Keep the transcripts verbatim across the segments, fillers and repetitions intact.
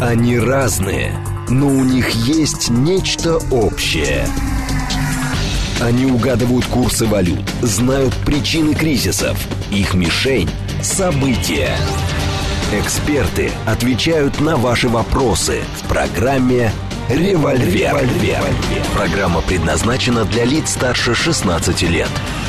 Они разные, но у них есть нечто общее. Они угадывают курсы валют, знают причины кризисов, их мишень – события. Эксперты отвечают на ваши вопросы в программе «Револьвер». Программа предназначена для лиц старше шестнадцати лет.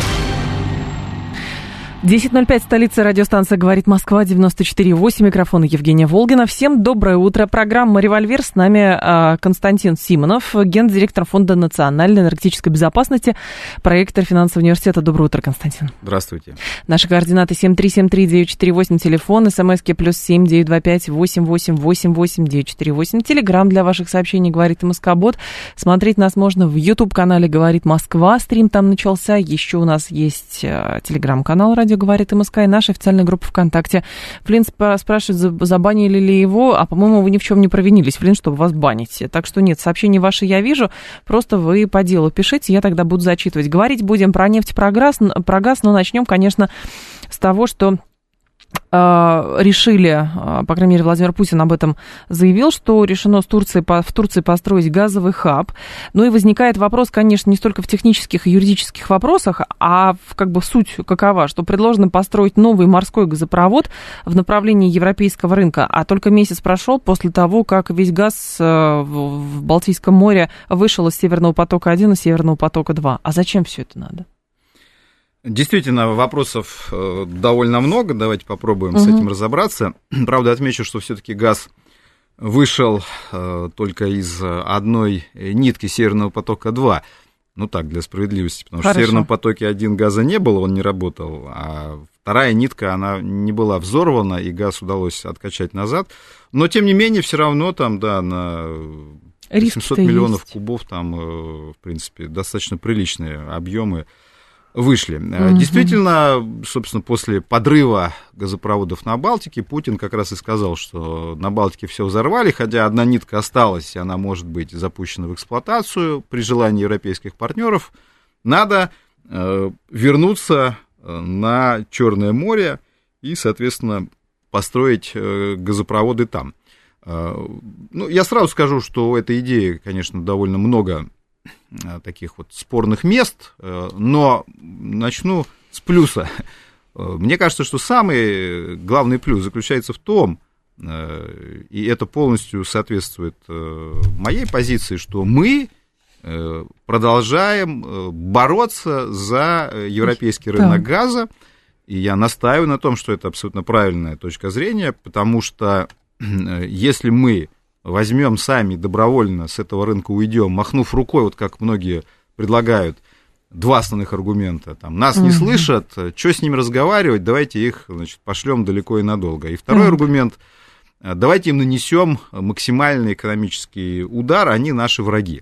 десять ноль пять, столица, радиостанция «Говорит Москва», девяносто четыре и восемь, микрофон Евгения Волгина. Всем доброе утро. Программа «Револьвер». С нами э, Константин Симонов, гендиректор Фонда национальной энергетической безопасности, проректор финансового университета. Доброе утро, Константин. Здравствуйте. Наши координаты семь три семь три девять четыре восемь, телефон, смски плюс семь девять два пять восемь восемь восемь восемь девять четыре восемь, телеграмм для ваших сообщений «Говорит МСК-бот». Смотреть нас можно в YouTube-канале «Говорит Москва», стрим там начался. Еще у нас есть э, телеграм-канал «Радио Говорит МСК» и наша официальная группа ВКонтакте. Флинн спрашивает, забанили ли его, а, по-моему, вы ни в чем не провинились, Флинн, чтобы вас банить. Так что нет, сообщения ваши я вижу, просто вы по делу пишите, я тогда буду зачитывать. Говорить будем про нефть, про газ, про газ, но начнем, конечно, с того, что решили, по крайней мере, Владимир Путин об этом заявил, что решено с Турцией, в Турции построить газовый хаб. Ну и возникает вопрос, конечно, не столько в технических и юридических вопросах, а в, как бы суть какова, что предложено построить новый морской газопровод в направлении европейского рынка, а только месяц прошел после того, как весь газ в Балтийском море вышел из Северного потока-один и Северного потока-два. А зачем все это надо? Действительно, вопросов довольно много, давайте попробуем угу. с этим разобраться. Правда, отмечу, что все-таки газ вышел только из одной нитки Северного потока-два. Ну так, для справедливости, потому Хорошо. что в Северном потоке-один газа не было, он не работал, а вторая нитка, она не была взорвана, и газ удалось откачать назад. Но, тем не менее, все равно там, да, на семьсот миллионов есть. Кубов, там, в принципе, достаточно приличные объемы вышли. Угу. Действительно, собственно, после подрыва газопроводов на Балтике Путин как раз и сказал, что на Балтике все взорвали, хотя одна нитка осталась, и она может быть запущена в эксплуатацию при желании европейских партнеров. Надо э, вернуться на Черное море и, соответственно, построить э, газопроводы там. Э, ну, я сразу скажу, что у этой идеи, конечно, довольно много таких вот спорных мест, но начну с плюса. Мне кажется, что самый главный плюс заключается в том, и это полностью соответствует моей позиции, что мы продолжаем бороться за европейский рынок да. газа, и я настаиваю на том, что это абсолютно правильная точка зрения, потому что если мы возьмем сами добровольно с этого рынка уйдем, махнув рукой, вот как многие предлагают, два основных аргумента. Там, нас mm-hmm. не слышат, что с ними разговаривать, давайте их, значит, пошлем далеко и надолго. И второй mm-hmm. аргумент, давайте им нанесем максимальный экономический удар, они наши враги.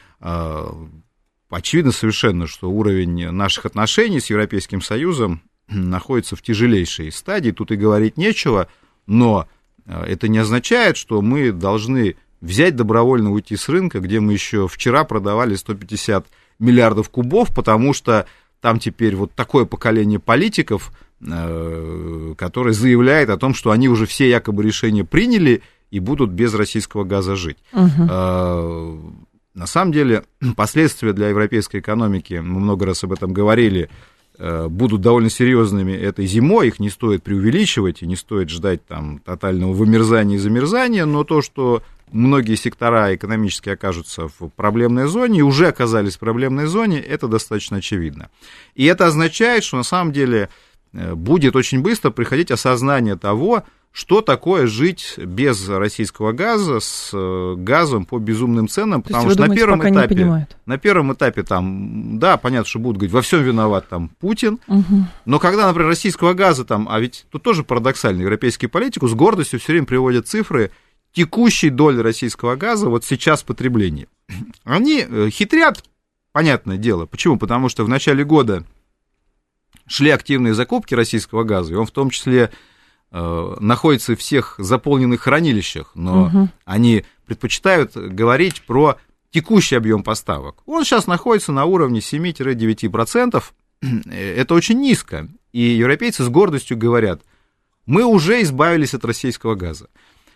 Очевидно совершенно, что уровень наших отношений с Европейским Союзом находится в тяжелейшей стадии, тут и говорить нечего, но это не означает, что мы должны взять добровольно уйти с рынка, где мы еще вчера продавали сто пятьдесят миллиардов кубов, потому что там теперь вот такое поколение политиков, которое заявляет о том, что они уже все якобы решения приняли и будут без российского газа жить. Угу. На самом деле последствия для европейской экономики, мы много раз об этом говорили, будут довольно серьезными этой зимой, их не стоит преувеличивать и не стоит ждать там тотального вымерзания и замерзания, но то, что многие сектора экономически окажутся в проблемной зоне и уже оказались в проблемной зоне, это достаточно очевидно. И это означает, что на самом деле будет очень быстро приходить осознание того, что такое жить без российского газа, с газом по безумным ценам, то потому что на первом думаете, этапе, на первом этапе там, да, понятно, что будут говорить, во всем виноват там Путин, угу. но когда, например, российского газа там, а ведь тут тоже парадоксально, европейские политику с гордостью все время приводят цифры текущей доли российского газа вот сейчас в потреблении. Они хитрят, понятное дело. Почему? Потому что в начале года шли активные закупки российского газа, и он в том числе находится в всех заполненных хранилищах, но угу. они предпочитают говорить про текущий объем поставок. Он сейчас находится на уровне семь-девять процентов, это очень низко, и европейцы с гордостью говорят, мы уже избавились от российского газа.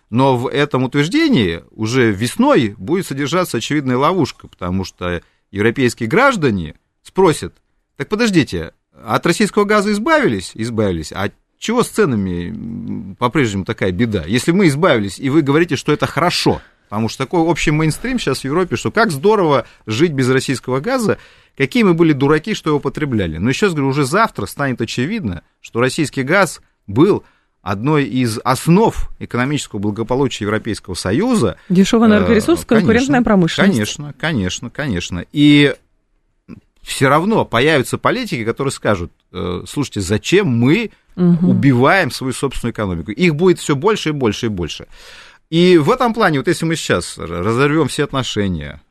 Но в этом утверждении уже весной будет содержаться очевидная ловушка, потому что европейские граждане спросят: так подождите, от российского газа избавились? Избавились. А чего с ценами по-прежнему такая беда? Если мы избавились, и вы говорите, что это хорошо, потому что такой общий мейнстрим сейчас в Европе, что как здорово жить без российского газа, какие мы были дураки, что его потребляли. Но еще раз говорю, уже завтра станет очевидно, что российский газ был одной из основ экономического благополучия Европейского Союза. Дешевый энергоресурс, конкурентная промышленность. Конечно, конечно, конечно. И все равно появятся политики, которые скажут: слушайте, зачем мы угу. убиваем свою собственную экономику? Их будет все больше и больше и больше. И в этом плане, вот если мы сейчас разорвем все отношения,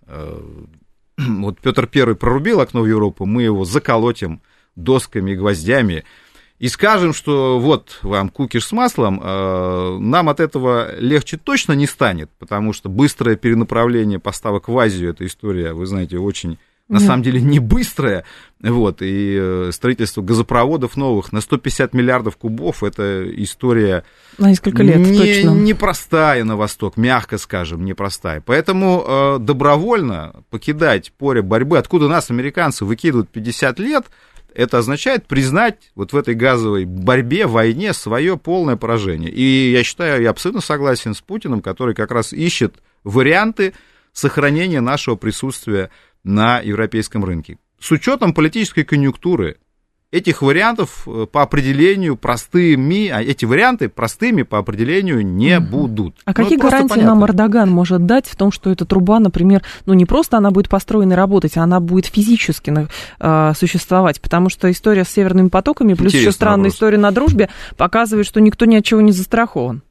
вот Петр Первый прорубил окно в Европу, мы его заколотим досками и гвоздями, и скажем, что вот вам кукиш с маслом, нам от этого легче точно не станет, потому что быстрое перенаправление поставок в Азию, эта история, вы знаете, очень, на mm. самом деле, не быстрая, вот, и строительство газопроводов новых на сто пятьдесят миллиардов кубов, это история на несколько лет, не, точно. непростая на Восток, мягко скажем, непростая. Поэтому э, добровольно покидать поле борьбы, откуда нас, американцы, выкидывают пятьдесят лет, это означает признать вот в этой газовой борьбе, войне свое полное поражение. И я считаю, я абсолютно согласен с Путиным, который как раз ищет варианты сохранения нашего присутствия на европейском рынке. С учетом политической конъюнктуры этих вариантов по определению простыми, а эти варианты простыми по определению не mm-hmm. будут. А ну, какие гарантии понятно. Нам Эрдоган может дать в том, что эта труба, например, ну не просто она будет построена и работать, а она будет физически э, существовать, потому что история с северными потоками, плюс Интересный еще странная вопрос. История на дружбе, показывает, что никто ни от чего не застрахован.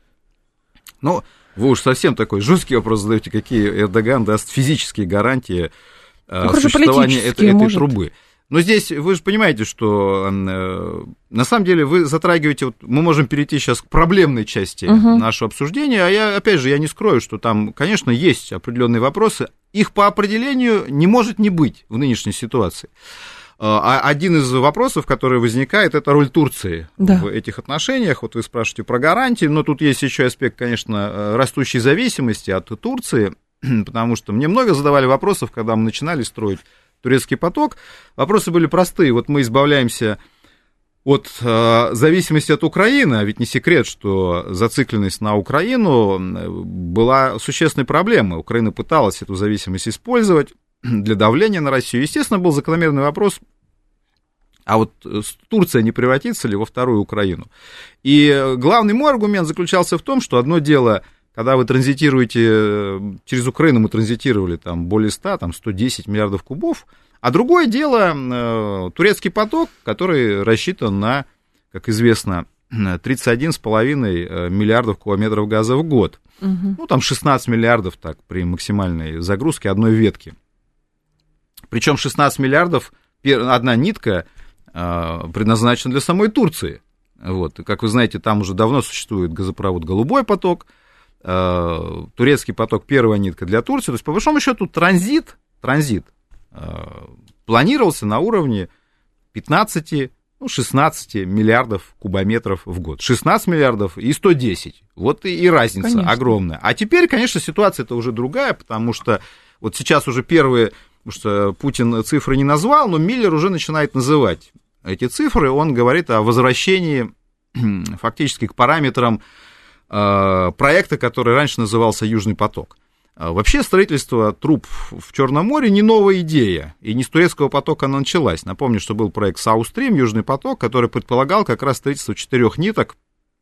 Ну, вы уж совсем такой жесткий вопрос задаете, какие Эрдоган даст физические гарантии э, ну, существования этой, этой трубы. Но здесь вы же понимаете, что э, на самом деле вы затрагиваете, вот, мы можем перейти сейчас к проблемной части uh-huh. нашего обсуждения, а я, опять же, я не скрою, что там, конечно, есть определенные вопросы, их по определению не может не быть в нынешней ситуации. А один из вопросов, который возникает, это роль Турции да. в этих отношениях. Вот вы спрашиваете про гарантии, но тут есть еще аспект, конечно, растущей зависимости от Турции, потому что мне много задавали вопросов, когда мы начинали строить турецкий поток. Вопросы были простые. Вот мы избавляемся от э, зависимости от Украины, а ведь не секрет, что зацикленность на Украину была существенной проблемой. Украина пыталась эту зависимость использовать для давления на Россию. Естественно, был закономерный вопрос: а вот Турция не превратится ли во вторую Украину? И главный мой аргумент заключался в том, что одно дело, когда вы транзитируете, через Украину мы транзитировали там более ста, там сто десять миллиардов кубов, а другое дело турецкий поток, который рассчитан на, как известно, тридцать один с половиной миллиардов кубометров газа в год. Угу. Ну, там шестнадцать миллиардов так при максимальной загрузке одной ветки. Причем шестнадцать миллиардов, одна нитка предназначена для самой Турции. Вот. И, как вы знаете, там уже давно существует газопровод «Голубой поток», турецкий поток, первая нитка для Турции. То есть, по большому счету, транзит, транзит планировался на уровне пятнадцати, ну, шестнадцати миллиардов кубометров в год. шестнадцать миллиардов и сто десять. Вот и, и разница конечно. Огромная. А теперь, конечно, ситуация-то уже другая, потому что вот сейчас уже первые, потому что Путин цифры не назвал, но Миллер уже начинает называть эти цифры. Он говорит о возвращении фактически к параметрам проекта, который раньше назывался «Южный поток». Вообще строительство труб в Черном море не новая идея, и не с турецкого потока она началась. Напомню, что был проект South Stream, Южный поток, который предполагал как раз строительство четырех ниток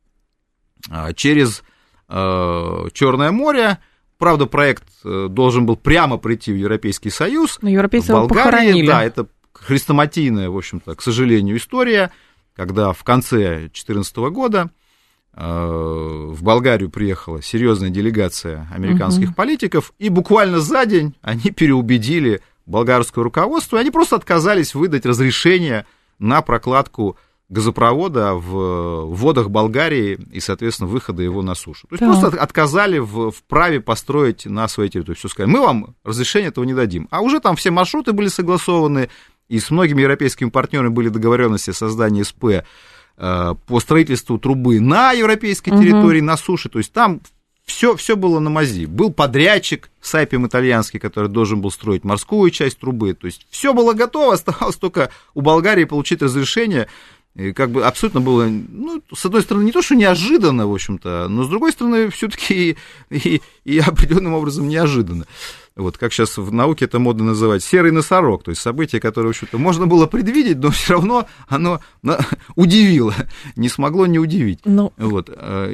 через Черное море. Правда, проект должен был прямо прийти в Европейский Союз. Но европейцы его похоронили. Да, это хрестоматийная, в общем-то, к сожалению, история, когда в конце две тысячи четырнадцатого года в Болгарию приехала серьезная делегация американских угу. политиков, и буквально за день они переубедили болгарское руководство, и они просто отказались выдать разрешение на прокладку газопровода в водах Болгарии и, соответственно, выхода его на сушу. То есть да. просто отказали в, в праве построить на своей территории. Все сказали, мы вам разрешения этого не дадим. А уже там все маршруты были согласованы, и с многими европейскими партнерами были договоренности о создании СП по строительству трубы на европейской территории, угу. на суше. То есть там все, все было на мази. Был подрядчик, Сайпем итальянский, который должен был строить морскую часть трубы. То есть все было готово, оставалось только у Болгарии получить разрешение. И как бы абсолютно было, ну, с одной стороны, не то, что неожиданно, в общем-то, но с другой стороны, все-таки и, и, и определенным образом неожиданно. Вот, как сейчас в науке это модно называть, серый носорог, то есть событие, которое, в общем-то, можно было предвидеть, но все равно оно удивило, не смогло не удивить. Ну, вот,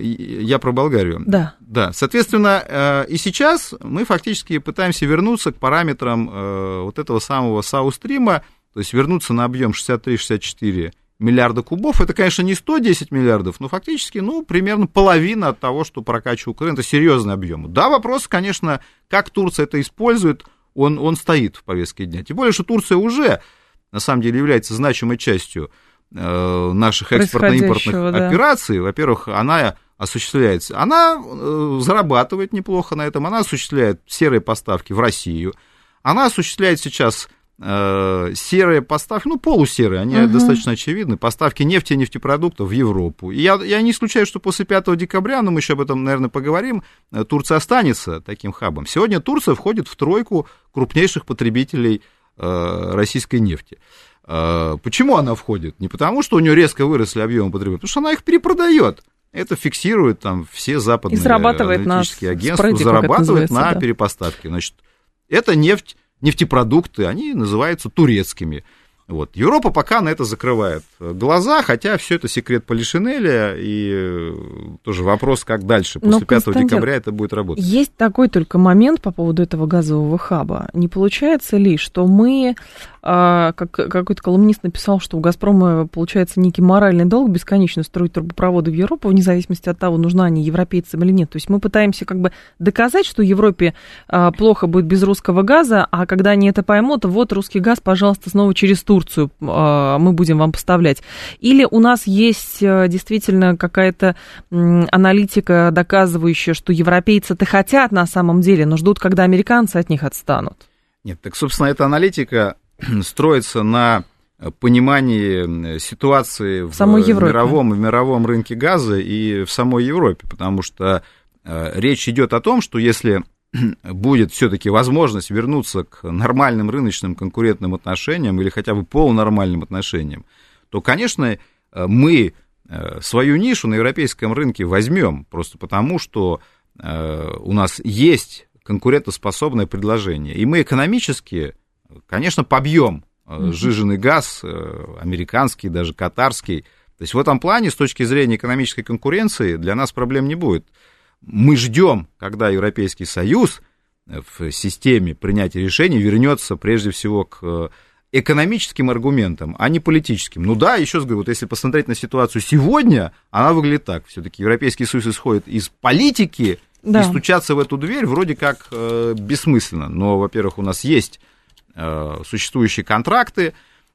я про Болгарию. Да. Да, соответственно, и сейчас мы фактически пытаемся вернуться к параметрам вот этого самого Саустрима, то есть вернуться на объем шестьдесят три - шестьдесят четыре миллиарда кубов. Это, конечно, не сто десять миллиардов, но фактически, ну, примерно половина от того, что прокачивает Украина. Это серьезный объем. Да, вопрос, конечно, как Турция это использует, он, он стоит в повестке дня. Тем более, что Турция уже, на самом деле, является значимой частью э, наших экспортно-импортных да. операций. Во-первых, она осуществляется, она э, зарабатывает неплохо на этом, она осуществляет серые поставки в Россию, она осуществляет сейчас серые поставки, ну, полусерые, они uh-huh. достаточно очевидны, поставки нефти и нефтепродуктов в Европу. И я, я не исключаю, что после пятого декабря, но мы еще об этом, наверное, поговорим, Турция останется таким хабом. Сегодня Турция входит в тройку крупнейших потребителей э, российской нефти. Э, почему она входит? Не потому, что у нее резко выросли объемы потребления, потому что она их перепродает. Это фиксируют там все западные аналитические агентства, зарабатывает на да. перепоставке. Значит, это нефть, нефтепродукты, они называются турецкими. Вот. Европа пока на это закрывает глаза, хотя все это секрет Полишинеля, и тоже вопрос, как дальше, после пятого декабря это будет работать. Есть такой только момент по поводу этого газового хаба. Не получается ли, что мы, как какой-то колумнист написал, что у «Газпрома» получается некий моральный долг бесконечно строить трубопроводы в Европу, вне зависимости от того, нужна они европейцам или нет. То есть мы пытаемся как бы доказать, что Европе плохо будет без русского газа, а когда они это поймут, вот русский газ, пожалуйста, снова через Турцию мы будем вам поставлять. Или у нас есть действительно какая-то аналитика, доказывающая, что европейцы-то хотят на самом деле, но ждут, когда американцы от них отстанут? Нет, так, собственно, эта аналитика строится на понимании ситуации в, в мировом, в мировом рынке газа и в самой Европе, потому что э, речь идет о том, что если будет все-таки возможность вернуться к нормальным рыночным конкурентным отношениям или хотя бы полунормальным отношениям, то, конечно, мы свою нишу на европейском рынке возьмем, просто потому, что э, у нас есть конкурентоспособное предложение, и мы экономически, конечно, побьем сжиженный газ, американский, даже катарский. То есть в этом плане, с точки зрения экономической конкуренции, для нас проблем не будет. Мы ждем, когда Европейский Союз в системе принятия решений вернется прежде всего к экономическим аргументам, а не политическим. Ну да, еще раз говорю, вот если посмотреть на ситуацию сегодня, она выглядит так. Все-таки Европейский Союз исходит из политики, да. И стучаться в эту дверь вроде как э, бессмысленно. Но, во-первых, у нас есть э, существующие контракты.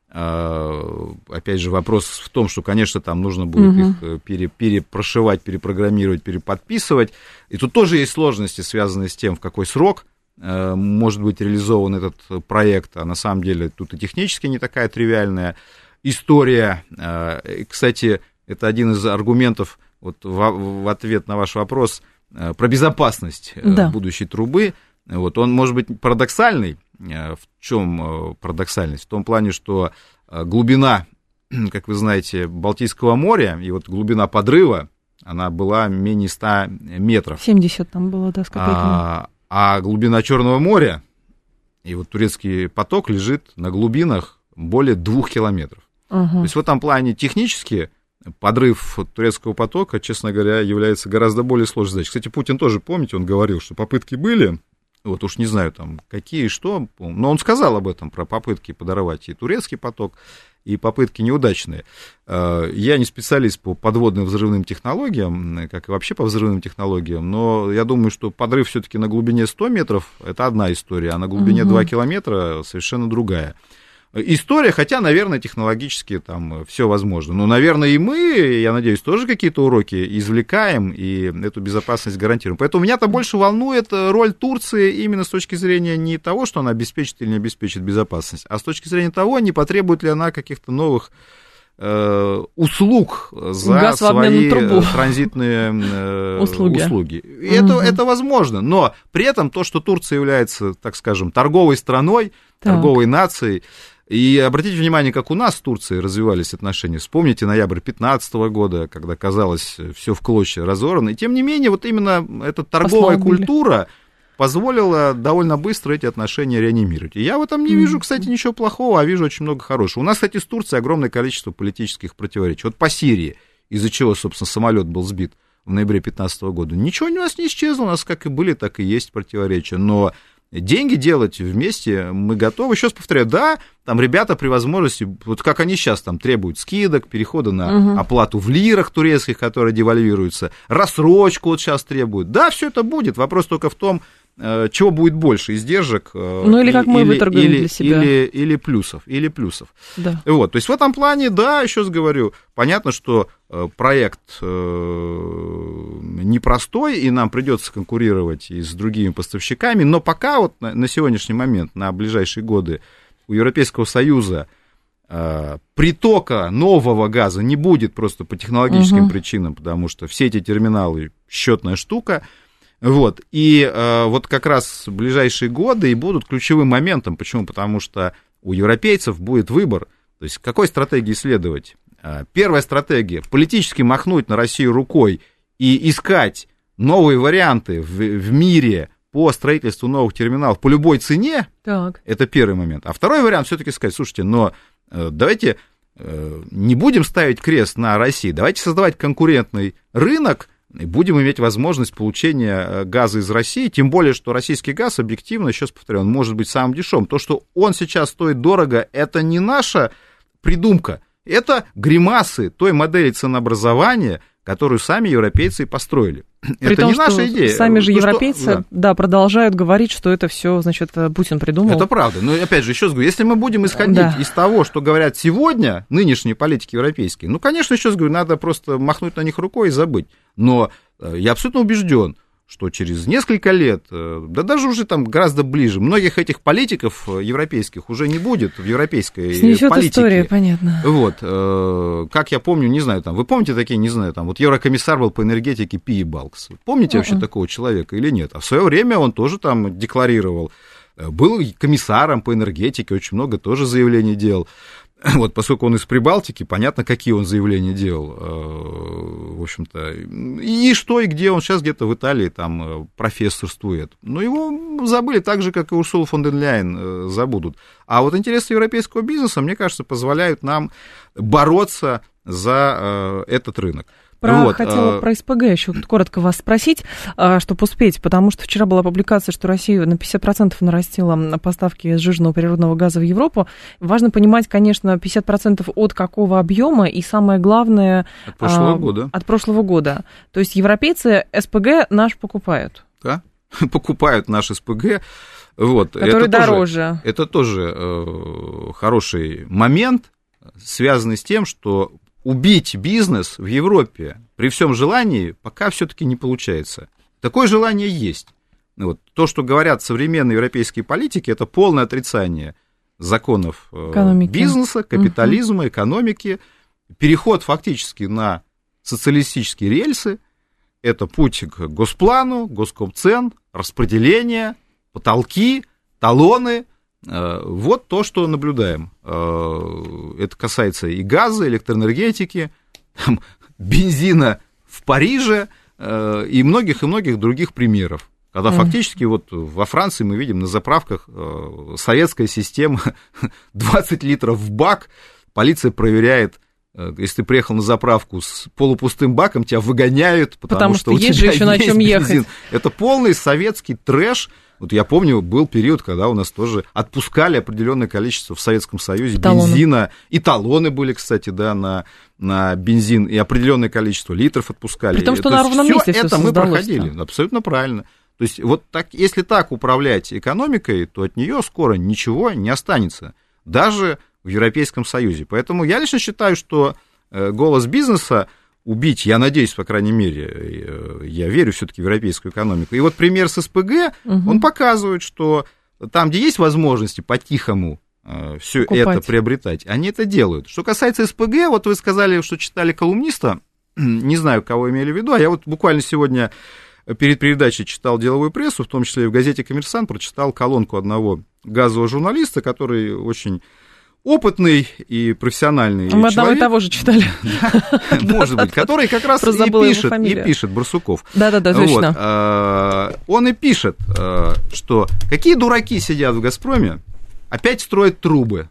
Э, опять же, вопрос в том, что, конечно, там нужно будет угу. их пере, перепрошивать, перепрограммировать, переподписывать. И тут тоже есть сложности, связанные с тем, в какой срок э, может быть реализован этот проект. А на самом деле тут и технически не такая тривиальная история. Э, и, кстати, это один из аргументов вот, в, в ответ на ваш вопрос про безопасность да. будущей трубы. Вот, он может быть парадоксальный. В чем парадоксальность? В том плане, что глубина, как вы знаете, Балтийского моря и вот глубина подрыва, она была менее ста метров. семьдесят там было, да, с копейками. А, а глубина Черного моря, и вот турецкий поток лежит на глубинах более двух километров. Угу. То есть в этом плане технически подрыв турецкого потока, честно говоря, является гораздо более сложной задачей. Кстати, Путин тоже, помните, он говорил, что попытки были, вот уж не знаю, там, какие и что, но он сказал об этом, про попытки подорвать и турецкий поток, и попытки неудачные. Я не специалист по подводным взрывным технологиям, как и вообще по взрывным технологиям, но я думаю, что подрыв все-таки на глубине сто метров – это одна история, а на глубине угу. два километра совершенно другая. История, хотя, наверное, технологически там все возможно. Но, наверное, и мы, я надеюсь, тоже какие-то уроки извлекаем и эту безопасность гарантируем. Поэтому меня-то больше волнует роль Турции именно с точки зрения не того, что она обеспечит или не обеспечит безопасность, а с точки зрения того, не потребует ли она каких-то новых э, услуг за свои транзитные э, услуги. услуги. И угу. это, это возможно, но при этом то, что Турция является, так скажем, торговой страной, так. торговой нацией, и обратите внимание, как у нас с Турцией развивались отношения. Вспомните ноябрь две тысячи пятнадцатого года, когда, казалось, все в клочья разорвано. И тем не менее, вот именно эта торговая Послабили. культура позволила довольно быстро эти отношения реанимировать. И я в этом не вижу, кстати, ничего плохого, а вижу очень много хорошего. У нас, кстати, с Турцией огромное количество политических противоречий. Вот по Сирии, из-за чего, собственно, самолет был сбит в ноябре две тысячи пятнадцатого года. Ничего у нас не исчезло, у нас как и были, так и есть противоречия. Но деньги делать вместе мы готовы. Еще раз повторяю, да, там ребята при возможности, вот как они сейчас там требуют скидок, перехода на угу. оплату в лирах турецких, которые девальвируются, рассрочку вот сейчас требуют. Да, все это будет. Вопрос только в том, чего будет больше, издержек, ну, или, как мы или, или, для себя. Или, или плюсов, или плюсов. Да. Вот, то есть в этом плане, да, еще раз говорю, понятно, что проект непростой, и нам придется конкурировать и с другими поставщиками, но пока вот на, на сегодняшний момент, на ближайшие годы у Европейского Союза притока нового газа не будет просто по технологическим угу. причинам, потому что все эти терминалы счетная штука. Вот, и э, вот как раз ближайшие годы и будут ключевым моментом. Почему? Потому что у европейцев будет выбор. То есть, какой стратегии следовать? Первая стратегия – политически махнуть на Россию рукой и искать новые варианты в, в мире по строительству новых терминалов по любой цене. Так. Это первый момент. А второй вариант все-таки сказать, слушайте, но э, давайте э, не будем ставить крест на России, давайте создавать конкурентный рынок, и будем иметь возможность получения газа из России, тем более, что российский газ, объективно, еще раз повторяю, он может быть самым дешевым. То, что он сейчас стоит дорого, это не наша придумка, это гримасы той модели ценообразования, которую сами европейцы и построили. При это том, не наша что идея. Сами же то, европейцы, что, да. да, продолжают говорить, что это все, значит, Путин придумал. Это правда. Но опять же, еще раз говорю, если мы будем исходить да. из того, что говорят сегодня нынешние политики европейские, ну, конечно, еще раз говорю, надо просто махнуть на них рукой и забыть. Но я абсолютно убежден, что через несколько лет, да даже уже там гораздо ближе, многих этих политиков европейских уже не будет в европейской Снесет политике. История, понятно. Вот, как я помню, не знаю, там, вы помните такие, не знаю, там, вот еврокомиссар был по энергетике Пи Балкс. Помните uh-uh. вообще такого человека или нет? А в свое время он тоже там декларировал, был комиссаром по энергетике, очень много тоже заявлений делал. Вот, поскольку он из Прибалтики, понятно, какие он заявления делал, в общем-то, и что, и где он сейчас где-то в Италии там профессорствует. Но его забыли так же, как и Урсулу фон дер Ляйен забудут. А вот интересы европейского бизнеса, мне кажется, позволяют нам бороться за этот рынок. Про, вот, хотела а... про СПГ еще коротко вас спросить, чтобы успеть, потому что вчера была публикация, что Россия на пятьдесят процентов нарастила поставки сжиженного природного газа в Европу. Важно понимать, конечно, пятьдесят процентов от какого объема и самое главное... От прошлого а, года. От прошлого года. То есть европейцы СПГ наш покупают. Да, покупают наш СПГ. Вот. Который это дороже. Тоже, это тоже э, хороший момент, связанный с тем, что убить бизнес в Европе при всем желании пока все-таки не получается. Такое желание есть. Вот. То, что говорят современные европейские политики, это полное отрицание законов экономики. Бизнеса, капитализма, угу. экономики, переход фактически на социалистические рельсы. Это путь к госплану, госкомцен, распределение, потолки, талоны. Вот то, что наблюдаем. Это касается и газа, электроэнергетики, там, бензина в Париже и многих и многих других примеров. Когда mm. фактически вот во Франции мы видим на заправках советская система, двадцать литров в бак, полиция проверяет. Если ты приехал на заправку с полупустым баком, тебя выгоняют, потому, потому что, что у тебя еще есть на чем бензин. ехать. Это полный советский трэш. Вот я помню, был период, когда у нас тоже отпускали определенное количество в Советском Союзе талоны. Бензина. И талоны были, кстати, да, на, на бензин, и определенное количество литров отпускали. При том, что То на ровном месте это все мы создалось, проходили, да. Абсолютно правильно. То есть вот так, если так управлять экономикой, то от нее скоро ничего не останется, даже в Европейском Союзе. Поэтому я лично считаю, что голос бизнеса убить, я надеюсь, по крайней мере, я верю все-таки в европейскую экономику. И вот пример с СПГ, угу. он показывает, что там, где есть возможности по-тихому все это приобретать. Они это делают. Что касается СПГ, вот вы сказали, что читали колумниста, не знаю, кого имели в виду, а я вот буквально сегодня перед передачей читал деловую прессу, в том числе и в газете «Коммерсант», прочитал колонку одного газового журналиста, который очень опытный и профессиональный Мы человек. Мы одного и того же читали. Может быть, который как раз и пишет, и пишет, Барсуков. Да-да-да, точно. Он и пишет, что какие дураки сидят в «Газпроме», опять строят трубы.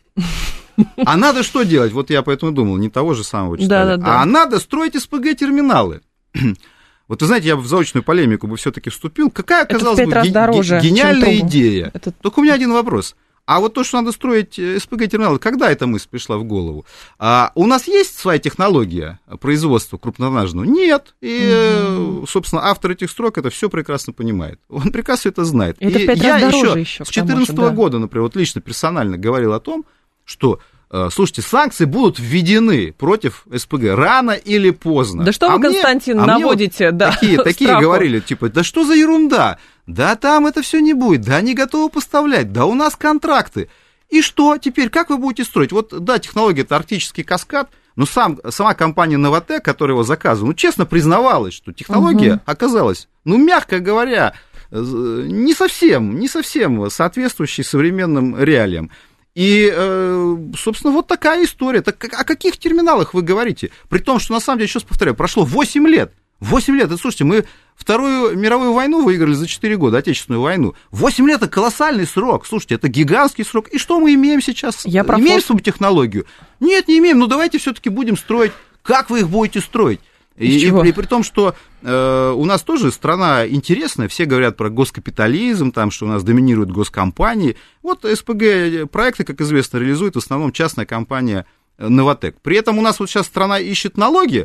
А надо что делать? Вот я поэтому думал, не того же самого читали. А надо строить СПГ-терминалы. Вот вы знаете, я в заочную полемику бы все-таки вступил. Какая, казалось бы, гениальная идея? Только у меня один вопрос. А вот то, что надо строить СПГ-терминалы, когда эта мысль пришла в голову? А у нас есть своя технология производства крупнотоннажного? Нет. И, угу. собственно, автор этих строк это все прекрасно понимает. Он прекрасно это знает. Это и пять я раз еще, еще с две тысячи четырнадцатого да. года, например, вот лично, персонально говорил о том, что, слушайте, санкции будут введены против СПГ рано или поздно. Да что а вы, мне, Константин, а наводите? Вот да, такие такие говорили, типа, да что за ерунда? Да там это все не будет, да они готовы поставлять, да у нас контракты. И что теперь, как вы будете строить? Вот, да, технология — это арктический каскад, но сам, сама компания «Новотек», которая его заказывала, ну, честно признавалась, что технология угу. оказалась, ну, мягко говоря, не совсем, не совсем соответствующей современным реалиям. И, собственно, вот такая история. Так о каких терминалах вы говорите? При том, что, на самом деле, еще раз повторяю, прошло восемь лет. восемь лет, это, слушайте, мы Вторую мировую войну выиграли за четыре года, Отечественную войну. восемь лет – это колоссальный срок, слушайте, это гигантский срок. И что мы имеем сейчас? Я имеем свою технологию? Нет, не имеем, но давайте все-таки будем строить. Как вы их будете строить? И, и, и при том, что э, у нас тоже страна интересная, все говорят про госкапитализм, там, что у нас доминируют госкомпании. Вот СПГ-проекты, как известно, реализует в основном частная компания «Новотек». При этом у нас вот сейчас страна ищет налоги,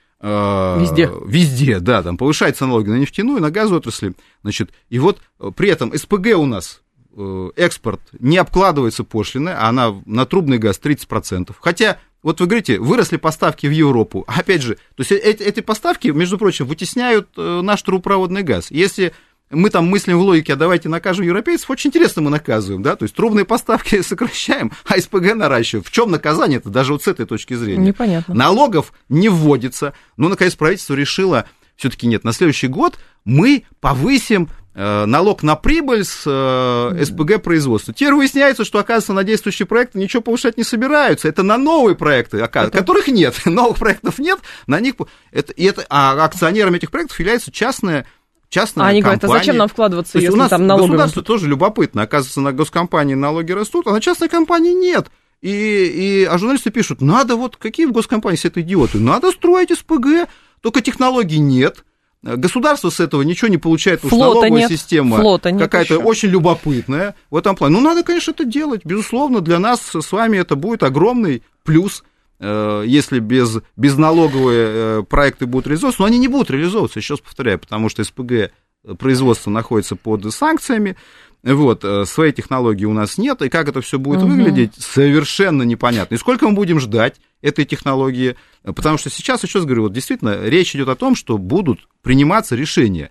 Везде. Везде, да, там повышается налоги на нефтяную, на газовую отрасли, значит, и вот при этом СПГ у нас экспорт не обкладывается пошлиной, а она на трубный газ тридцать процентов, хотя, вот вы говорите, выросли поставки в Европу, опять же, то есть эти, эти поставки, между прочим, вытесняют наш трубопроводный газ, если мы там мыслим в логике, а давайте накажем европейцев, очень интересно мы наказываем, да, то есть трубные поставки сокращаем, а СПГ наращиваем. В чем наказание-то, даже вот с этой точки зрения? Непонятно. Налогов не вводится, но, наконец, правительство решило, все-таки нет, на следующий год мы повысим э, налог на прибыль с э, СПГ производства. Теперь выясняется, что, оказывается, на действующие проекты ничего повышать не собираются, это на новые проекты, оказывается, это... которых нет, новых проектов нет, на них, это, и это, а акционерами этих проектов является частная Частная а они компания. говорят, а зачем нам вкладываться, если у нас там налоговые? Государство тоже любопытно. Оказывается, на госкомпании налоги растут, а на частной компании нет. И, и, а журналисты пишут, надо вот, какие в госкомпании все это идиоты, надо строить СПГ, только технологий нет. Государство с этого ничего не получает, потому что налоговая нет. система какая-то еще. Очень любопытная в этом плане. Ну, надо, конечно, это делать. Безусловно, для нас с вами это будет огромный плюс. Если без, безналоговые проекты будут реализовываться, но они не будут реализовываться, еще раз повторяю, потому что СПГ производство находится под санкциями, вот, своей технологии у нас нет, и как это все будет угу. выглядеть, совершенно непонятно. И сколько мы будем ждать этой технологии, потому что сейчас, еще раз говорю, вот действительно речь идет о том, что будут приниматься решения.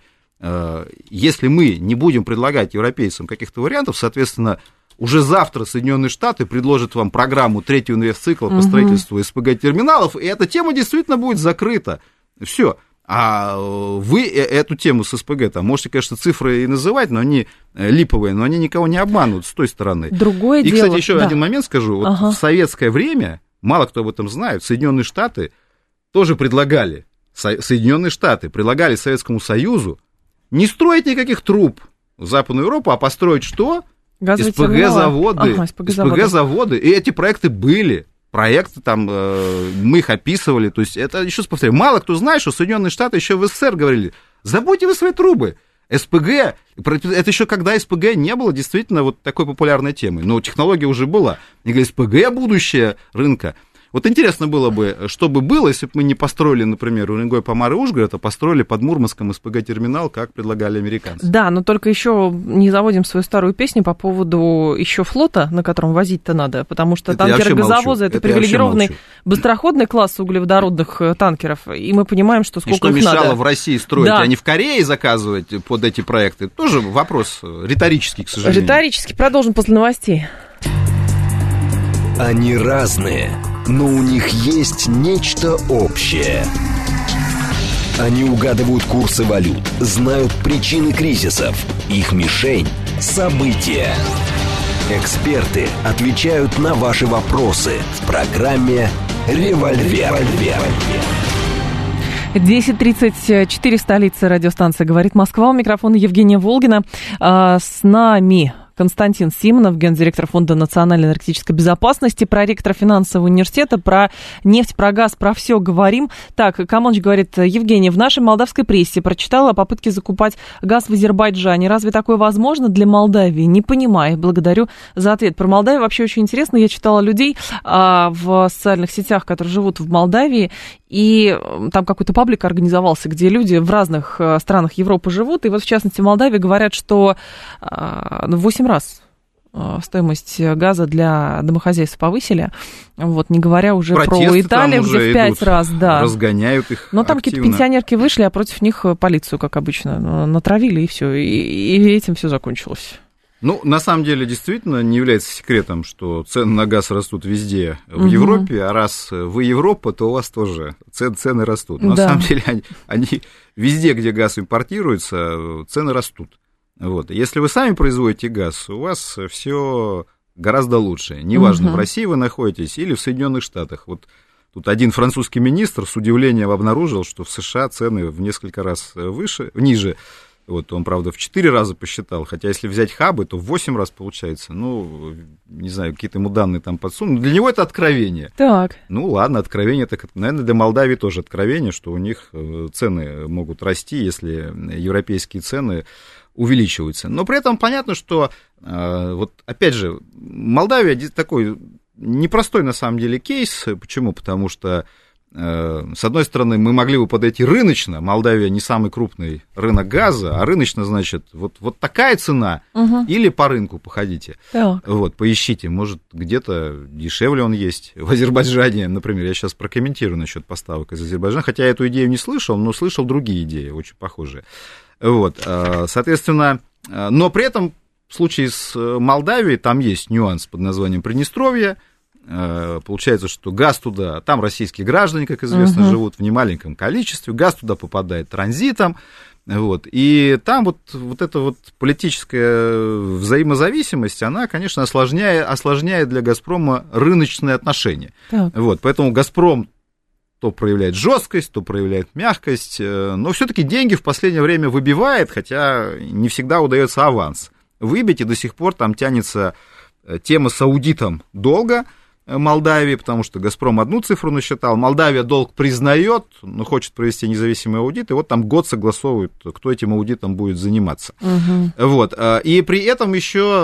Если мы не будем предлагать европейцам каких-то вариантов, соответственно, уже завтра Соединенные Штаты предложат вам программу третьего инвестцикла по строительству СПГ-терминалов, и эта тема действительно будет закрыта. Все. А вы эту тему с СПГ, там, можете, конечно, цифры и называть, но они липовые, но они никого не обманут с той стороны. Другое и, дело. кстати, еще да. один момент скажу. Вот ага. в советское время, мало кто об этом знает, Соединенные Штаты тоже предлагали, Соединенные Штаты предлагали Советскому Союзу не строить никаких труб в Западную Европу, а построить что? СПГ-заводы, ага, СПГ-заводы, и эти проекты были, проекты там, э, мы их описывали, то есть это, еще раз повторяю, мало кто знает, что Соединенные Штаты еще в СССР говорили, забудьте вы свои трубы, СПГ, это еще когда СПГ не было действительно вот такой популярной темой, но технология уже была, и говорят, СПГ будущее рынка. Вот интересно было бы, что бы было, если бы мы не построили, например, Уренгой, Помар и Ужгород, а построили под Мурманском СПГ-терминал, как предлагали американцы. Да, но только еще не заводим свою старую песню по поводу еще флота, на котором возить-то надо, потому что танкеры-газовозы — это, это привилегированный быстроходный класс углеводородных танкеров, и мы понимаем, что сколько их надо. И что мешало в России строить, да. а не в Корее заказывать под эти проекты, тоже вопрос риторический, к сожалению. Риторический. Продолжим после новостей. Они разные, но у них есть нечто общее. Они угадывают курсы валют, знают причины кризисов. Их мишень – события. Эксперты отвечают на ваши вопросы в программе «Револьвер». десять тридцать четыре, столица, радиостанция «Говорит Москва». У микрофона Евгения Волгина. А, с нами Константин Симонов, гендиректор Фонда национальной энергетической безопасности, проректор финансового университета. Про нефть, про газ, про все говорим. Так, Камоныч говорит: Евгения, в нашей молдавской прессе прочитала о попытке закупать газ в Азербайджане. Разве такое возможно для Молдавии? Не понимаю. Благодарю за ответ. Про Молдавию вообще очень интересно. Я читала людей а, в социальных сетях, которые живут в Молдавии, и там какой-то паблик организовался, где люди в разных странах Европы живут. И вот, в частности, в Молдавии говорят, что а, восемь раз стоимость газа для домохозяйств повысили, вот, не говоря уже Протесты про Италию, где в пять идут, раз, да. Разгоняют их. Но там активно. Какие-то пенсионерки вышли, а против них полицию, как обычно, натравили, и все, и, и этим все закончилось. Ну, на самом деле, действительно, не является секретом, что цены на газ растут везде в угу. Европе, а раз вы Европа, то у вас тоже цены, цены растут. Но да. на самом деле, они, они везде, где газ импортируется, цены растут. Вот. Если вы сами производите газ, у вас все гораздо лучше. Неважно, угу. в России вы находитесь или в Соединенных Штатах. Вот тут один французский министр с удивлением обнаружил, что в США цены в несколько раз выше, ниже. Вот, он, правда, в четыре раза посчитал, хотя если взять хабы, то в восемь раз получается. Ну, не знаю, какие-то ему данные там подсунут. Для него это откровение. Так. Ну, ладно, откровение, так, наверное, для Молдавии тоже откровение, что у них цены могут расти, если европейские цены увеличиваются. Но при этом понятно, что, вот опять же, Молдавия такой непростой на самом деле кейс. Почему? Потому что, с одной стороны, мы могли бы подойти рыночно. Молдавия не самый крупный рынок газа, а рыночно, значит, вот, вот такая цена, угу. или по рынку походите. Так. Вот, поищите, может, где-то дешевле он есть. В Азербайджане, например, я сейчас прокомментирую насчет поставок из Азербайджана, хотя я эту идею не слышал, но слышал другие идеи, очень похожие. Вот, соответственно, но при этом в случае с Молдавией там есть нюанс под названием Приднестровье. Получается, что газ туда, там российские граждане, как известно, uh-huh. живут в немаленьком количестве, газ туда попадает транзитом, вот, и там вот, вот эта вот политическая взаимозависимость, она, конечно, осложняет, осложняет для «Газпрома» рыночные отношения. Так. Вот, поэтому «Газпром» то проявляет жесткость, то проявляет мягкость, но все-таки деньги в последнее время выбивает, хотя не всегда удается аванс выбить, и до сих пор там тянется тема с аудитом долга Молдавии, потому что «Газпром» одну цифру насчитал, Молдавия долг признает, но хочет провести независимый аудит, и вот там год согласовывают, кто этим аудитом будет заниматься. Угу. Вот. И при этом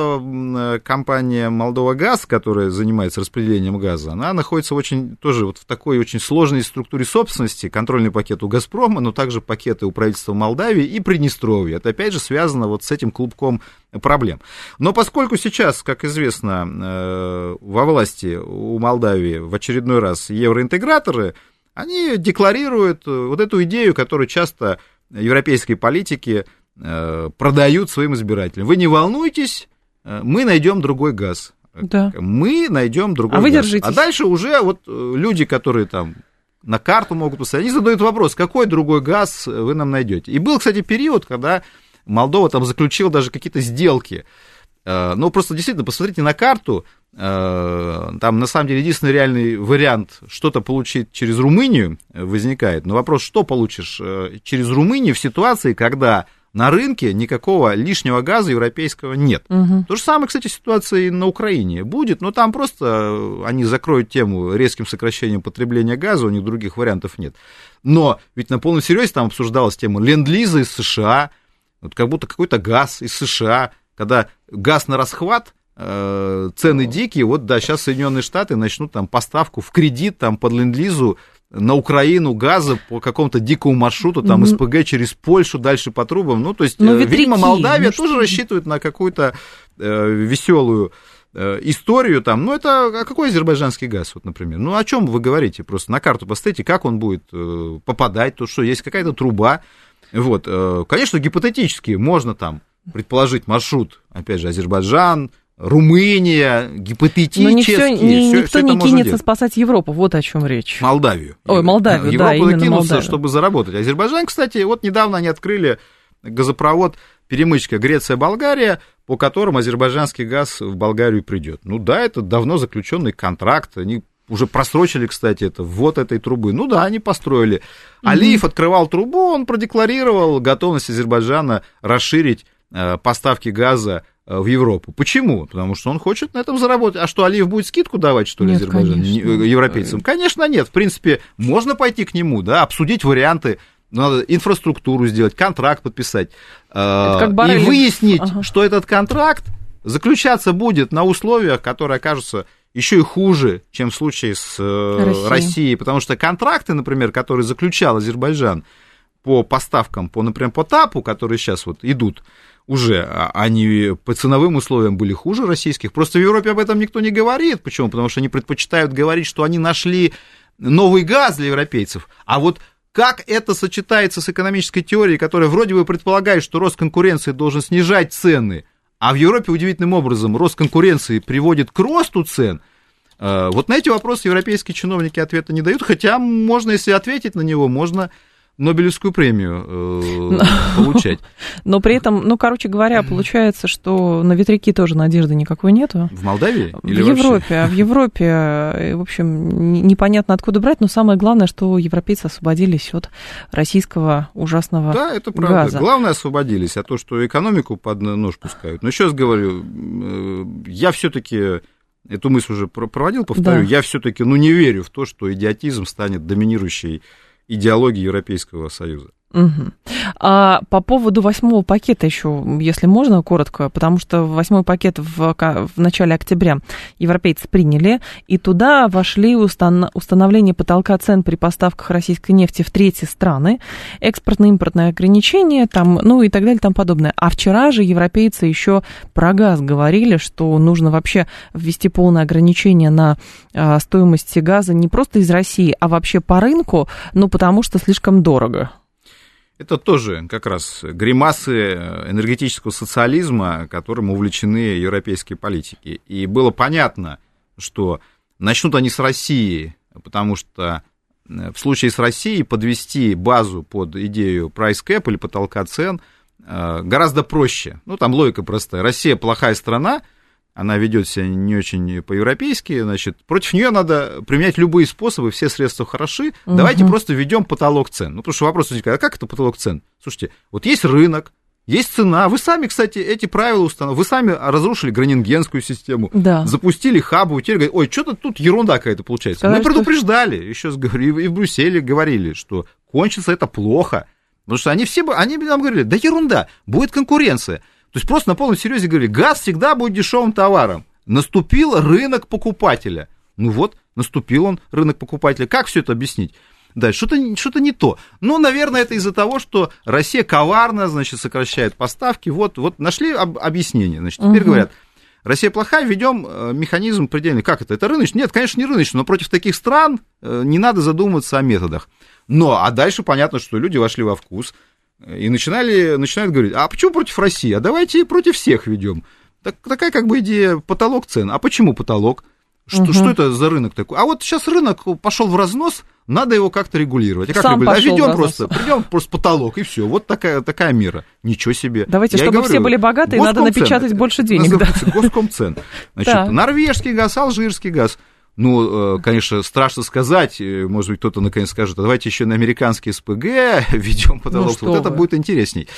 еще компания «Молдова-Газ», которая занимается распределением газа, она находится очень, тоже вот в такой очень сложной структуре собственности, контрольный пакет у «Газпрома», но также пакеты у правительства Молдавии и Приднестровья. Это опять же связано вот с этим клубком проблем. Но поскольку сейчас, как известно, во власти у Молдавии в очередной раз евроинтеграторы, они декларируют вот эту идею, которую часто европейские политики продают своим избирателям. Вы не волнуйтесь, мы найдем другой газ. Да. Мы найдем другой а газ. Вы держитесь. А дальше уже вот люди, которые там на карту могут поставить, они задают вопрос, какой другой газ вы нам найдете. И был, кстати, период, когда Молдова там заключила даже какие-то сделки. Ну, просто действительно, посмотрите на карту, там, на самом деле, единственный реальный вариант что-то получить через Румынию возникает. Но вопрос, что получишь через Румынию в ситуации, когда на рынке никакого лишнего газа европейского нет. Угу. То же самое, кстати, ситуация и на Украине будет, но там просто они закроют тему резким сокращением потребления газа, у них других вариантов нет. Но ведь на полном серьезе там обсуждалась тема ленд-лиза из США, вот как будто какой-то газ из США, когда газ на расхват, э, цены дикие, вот да, сейчас Соединенные Штаты начнут там поставку в кредит там под ленд-лизу на Украину газа по какому-то дикому маршруту, там, mm-hmm. СПГ через Польшу, дальше по трубам, ну, то есть, ну, видимо, Молдавия ну, тоже что... рассчитывает на какую-то э, веселую э, историю, там, ну, это, а какой азербайджанский газ, вот, например, ну, о чем вы говорите, просто на карту поставьте, как он будет э, попадать, то, что есть какая-то труба, вот, э, конечно, гипотетически можно там предположить маршрут, опять же, Азербайджан, Румыния, гипотетически. Но не все, не, все, никто все не кинется делать. Спасать Европу, вот о чем речь. Молдавию. Ой, Молдавию, Европа да, именно кинутся, Молдавию. чтобы заработать. Азербайджан, кстати, вот недавно они открыли газопровод перемычка Греция-Болгария, по которому азербайджанский газ в Болгарию придет. Ну да, это давно заключенный контракт, они уже просрочили, кстати, это ввод этой трубы. Ну да, они построили. Mm-hmm. Алиев открывал трубу, он продекларировал готовность Азербайджана расширить э, поставки газа э, в Европу. Почему? Потому что он хочет на этом заработать. А что, Алиев будет скидку давать, что ли, нет, Азербайджану, европейцам? Конечно, нет. В принципе, можно пойти к нему, да, обсудить варианты. Надо инфраструктуру сделать, контракт подписать. Э, и выяснить, ага. что этот контракт заключаться будет на условиях, которые окажутся еще и хуже, чем в случае с Россией. Россией, потому что контракты, например, которые заключал Азербайджан по поставкам, по, например, по ТАПу, которые сейчас вот идут уже, они по ценовым условиям были хуже российских. Просто в Европе об этом никто не говорит. Почему? Потому что они предпочитают говорить, что они нашли новый газ для европейцев. А вот как это сочетается с экономической теорией, которая вроде бы предполагает, что рост конкуренции должен снижать цены, а в Европе удивительным образом рост конкуренции приводит к росту цен, вот на эти вопросы европейские чиновники ответа не дают, хотя можно, если ответить на него, можно Нобелевскую премию э, получать. Но при этом, ну, короче говоря, получается, что на ветряки тоже надежды никакой нету. В Молдавии? В или Европе. Вообще? А в Европе, в общем, непонятно откуда брать, но самое главное, что европейцы освободились от российского ужасного газа. Да, это правда. Газа. Главное, освободились, а то, что экономику под нож пускают. Но еще раз говорю, я все-таки эту мысль уже проводил, повторю, да. я все-таки, ну, не верю в то, что идиотизм станет доминирующей идеологии Европейского Союза. Угу. А по поводу восьмого пакета еще, если можно, коротко, потому что восьмой пакет в, в начале октября европейцы приняли, и туда вошли устан, установление потолка цен при поставках российской нефти в третьи страны, экспортно-импортные ограничения, там, ну и так далее, там подобное. А вчера же европейцы еще про газ говорили, что нужно вообще ввести полное ограничение на а, стоимость газа не просто из России, а вообще по рынку, ну потому что слишком дорого. Это тоже как раз гримасы энергетического социализма, которым увлечены европейские политики. И было понятно, что начнут они с России, потому что в случае с Россией подвести базу под идею price cap или потолка цен гораздо проще. Ну, там логика простая. Россия плохая страна, она ведет себя не очень по-европейски, значит, против нее надо применять любые способы, все средства хороши, угу. давайте просто введем потолок цен. Ну, потому что вопрос возникает, а как это потолок цен? Слушайте, вот есть рынок, есть цена, вы сами, кстати, эти правила установили, вы сами разрушили Гронингенскую систему, да. запустили хабу, теперь говорят, ой, что-то тут ерунда какая-то получается. Сказали, Мы предупреждали, что... еще раз говорю, и в Брюсселе говорили, что кончится это плохо, потому что они все, они нам говорили, да ерунда, будет конкуренция. То есть просто на полном серьезе говорили, газ всегда будет дешевым товаром. Наступил рынок покупателя. Ну вот, наступил он, рынок покупателя. Как все это объяснить? Да, что-то, что-то не то. Ну, наверное, это из-за того, что Россия коварно, значит, сокращает поставки. Вот, вот нашли об, объяснение. Значит, теперь угу. говорят, Россия плохая, введем механизм предельный. Как это? Это рыночный? Нет, конечно, не рыночный, но против таких стран не надо задумываться о методах. Но, а дальше понятно, что люди вошли во вкус. И начинали, начинают говорить, а почему против России? А давайте против всех ведем. Так, такая как бы идея потолок цен. А почему потолок? Что, угу. что это за рынок такой? А вот сейчас рынок пошел в разнос, надо его как-то регулировать. А как Сам регулировать? А ведем просто, придем просто потолок, и все. Вот такая, такая мера. Ничего себе. Давайте, Я чтобы говорю, все были богатые, надо напечатать больше денег. Называется да. Госкомцен. Значит, да. норвежский газ, алжирский газ. Ну, конечно, страшно сказать, может быть, кто-то наконец скажет, а давайте еще на американский СПГ введем потолок, ну, вот это будет интересней.